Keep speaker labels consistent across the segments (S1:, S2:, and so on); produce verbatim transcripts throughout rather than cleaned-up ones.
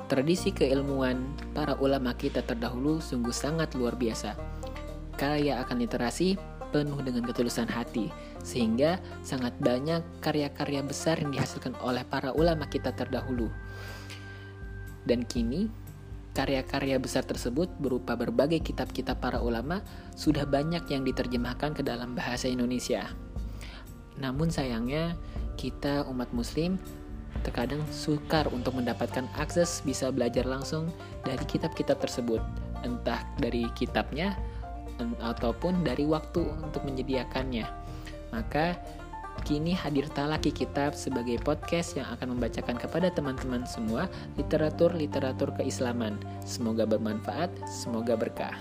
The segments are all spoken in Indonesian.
S1: Tradisi keilmuan para ulama kita terdahulu sungguh sangat luar biasa. Kaya akan literasi, penuh dengan ketulusan hati, sehingga sangat banyak karya-karya besar yang dihasilkan oleh para ulama kita terdahulu. Dan kini, karya-karya besar tersebut berupa berbagai kitab-kitab para ulama sudah banyak yang diterjemahkan ke dalam bahasa Indonesia. Namun sayangnya, kita umat muslim terkadang sukar untuk mendapatkan akses bisa belajar langsung dari kitab-kitab tersebut, entah dari kitabnya ataupun dari waktu untuk menyediakannya. Maka kini hadir Talaki Kitab sebagai podcast yang akan membacakan kepada teman-teman semua literatur-literatur keislaman. Semoga bermanfaat, semoga berkah.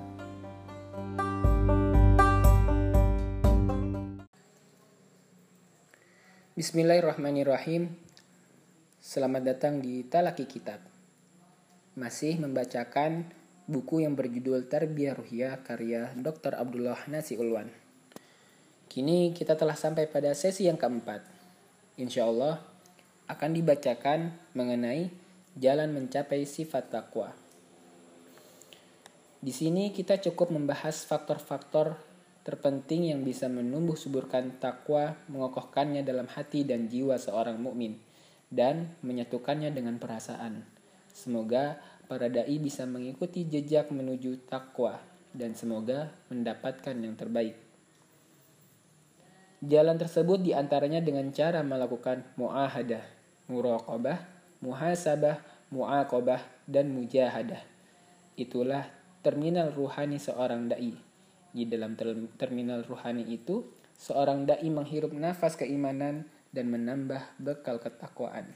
S1: Bismillahirrahmanirrahim. Selamat datang di Talaki Kitab. Masih membacakan buku yang berjudul Tarbiyah Ruhiyah karya doktor Abdullah Nasi Ulwan. Kini kita telah sampai pada sesi yang keempat. Insya Allah akan dibacakan mengenai jalan mencapai sifat takwa. Di sini kita cukup membahas faktor-faktor terpenting yang bisa menumbuh suburkan takwa, mengokohkannya dalam hati dan jiwa seorang mukmin, dan menyatukannya dengan perasaan. Semoga para dai bisa mengikuti jejak menuju takwa dan semoga mendapatkan yang terbaik. Jalan tersebut diantaranya dengan cara melakukan mu'ahadah, muraqabah, muhasabah, mu'aqabah, dan mujahadah. Itulah terminal ruhani seorang dai. Di dalam terminal ruhani itu, seorang dai menghirup nafas keimanan dan menambah bekal ketakwaan.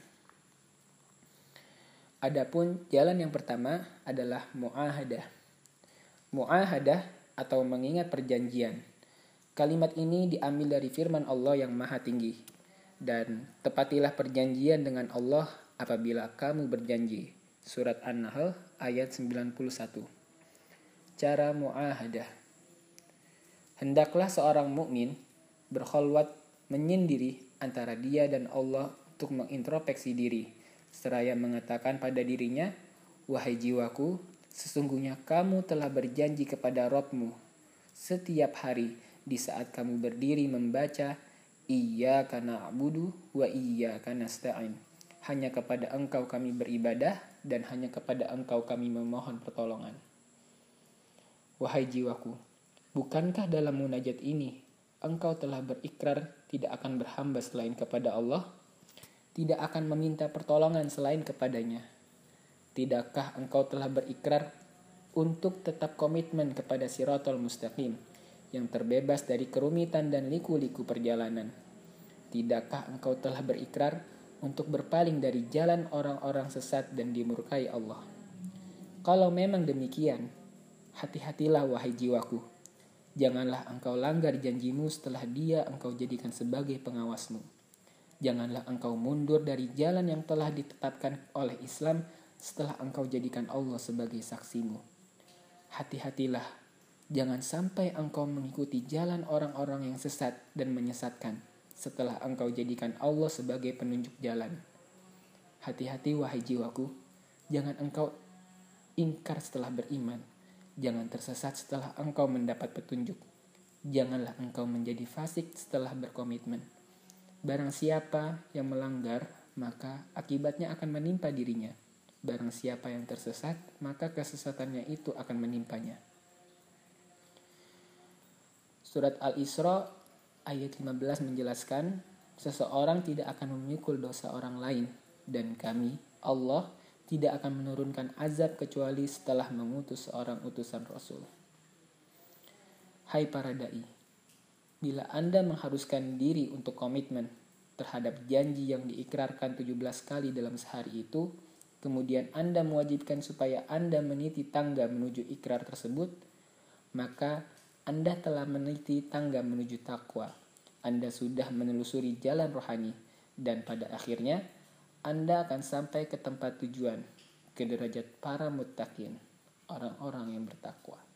S1: Adapun jalan yang pertama adalah mu'ahadah. Mu'ahadah atau mengingat perjanjian. Kalimat ini diambil dari firman Allah yang Maha Tinggi. Dan tepatilah perjanjian dengan Allah apabila kamu berjanji. Surat An-Nahl ayat sembilan puluh satu. Cara mu'ahadah. Hendaklah seorang mukmin berkholwat menyendiri antara dia dan Allah untuk mengintrospeksi diri, seraya mengatakan pada dirinya, wahai jiwaku, sesungguhnya kamu telah berjanji kepada Rabb-mu setiap hari di saat kamu berdiri membaca Iyyaka na'budu wa iyyaka nasta'in. Hanya kepada Engkau kami beribadah dan hanya kepada Engkau kami memohon pertolongan. Wahai jiwaku, bukankah dalam munajat ini Engkau telah berikrar tidak akan berhamba selain kepada Allah, tidak akan meminta pertolongan selain kepadanya. Tidakkah engkau telah berikrar untuk tetap komitmen kepada Shiratal Mustaqim, yang terbebas dari kerumitan dan liku-liku perjalanan? Tidakkah engkau telah berikrar untuk berpaling dari jalan orang-orang sesat dan dimurkai Allah? Kalau memang demikian, hati-hatilah wahai jiwaku. Janganlah engkau langgar janjimu setelah dia engkau jadikan sebagai pengawasmu. Janganlah engkau mundur dari jalan yang telah ditetapkan oleh Islam setelah engkau jadikan Allah sebagai saksimu. Hati-hatilah, jangan sampai engkau mengikuti jalan orang-orang yang sesat dan menyesatkan setelah engkau jadikan Allah sebagai penunjuk jalan. Hati-hati wahai jiwaku, jangan engkau ingkar setelah beriman. Jangan tersesat setelah engkau mendapat petunjuk. Janganlah engkau menjadi fasik setelah berkomitmen. Barang siapa yang melanggar, maka akibatnya akan menimpa dirinya. Barang siapa yang tersesat, maka kesesatannya itu akan menimpanya. Surat Al-Isra ayat lima belas menjelaskan, seseorang tidak akan memikul dosa orang lain, dan kami, Allah, tidak akan menurunkan azab kecuali setelah mengutus seorang utusan Rasul. Hai para dai, bila Anda mengharuskan diri untuk komitmen terhadap janji yang diikrarkan tujuh belas kali dalam sehari itu, kemudian Anda mewajibkan supaya Anda meniti tangga menuju ikrar tersebut, maka Anda telah meniti tangga menuju takwa. Anda sudah menelusuri jalan rohani, dan pada akhirnya Anda akan sampai ke tempat tujuan, ke derajat para muttaqin, orang-orang yang bertakwa.